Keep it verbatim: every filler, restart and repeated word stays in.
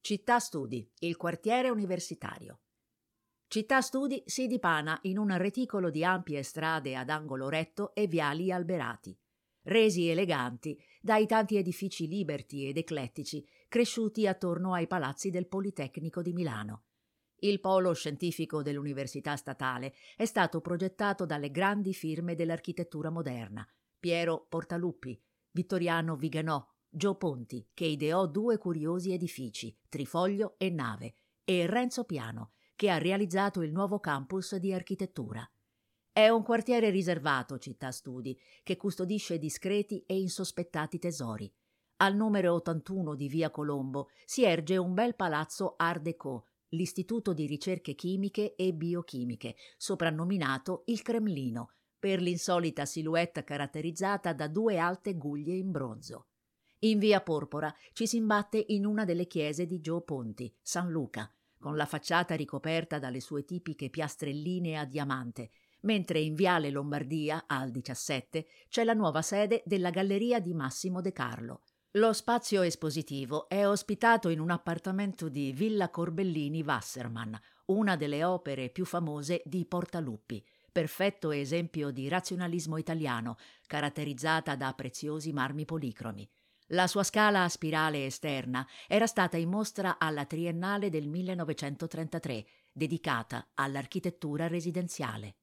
Città Studi, il quartiere universitario. Città Studi si dipana in un reticolo di ampie strade ad angolo retto e viali alberati, resi eleganti dai tanti edifici liberti ed eclettici cresciuti attorno ai palazzi del Politecnico di Milano. Il polo scientifico dell'Università Statale è stato progettato dalle grandi firme dell'architettura moderna: Piero Portaluppi, Vittoriano Viganò, Gio Ponti, che ideò due curiosi edifici, Trifoglio e Nave, e Renzo Piano, che ha realizzato il nuovo campus di architettura. È un quartiere riservato, Città Studi, che custodisce discreti e insospettati tesori. Al numero ottantuno di via Colombo si erge un bel palazzo Art Déco, l'Istituto di Ricerche Chimiche e Biochimiche, soprannominato il Cremlino, per l'insolita silhouette caratterizzata da due alte guglie in bronzo. In via Porpora ci si imbatte in una delle chiese di Gio Ponti, San Luca, con la facciata ricoperta dalle sue tipiche piastrelline a diamante, mentre in viale Lombardia, al diciassette, c'è la nuova sede della Galleria di Massimo De Carlo. Lo spazio espositivo è ospitato in un appartamento di Villa Corbellini Wasserman, una delle opere più famose di Portaluppi, perfetto esempio di razionalismo italiano, caratterizzata da preziosi marmi policromi. La sua scala a spirale esterna era stata in mostra alla Triennale del millenovecentotrentatré, dedicata all'architettura residenziale.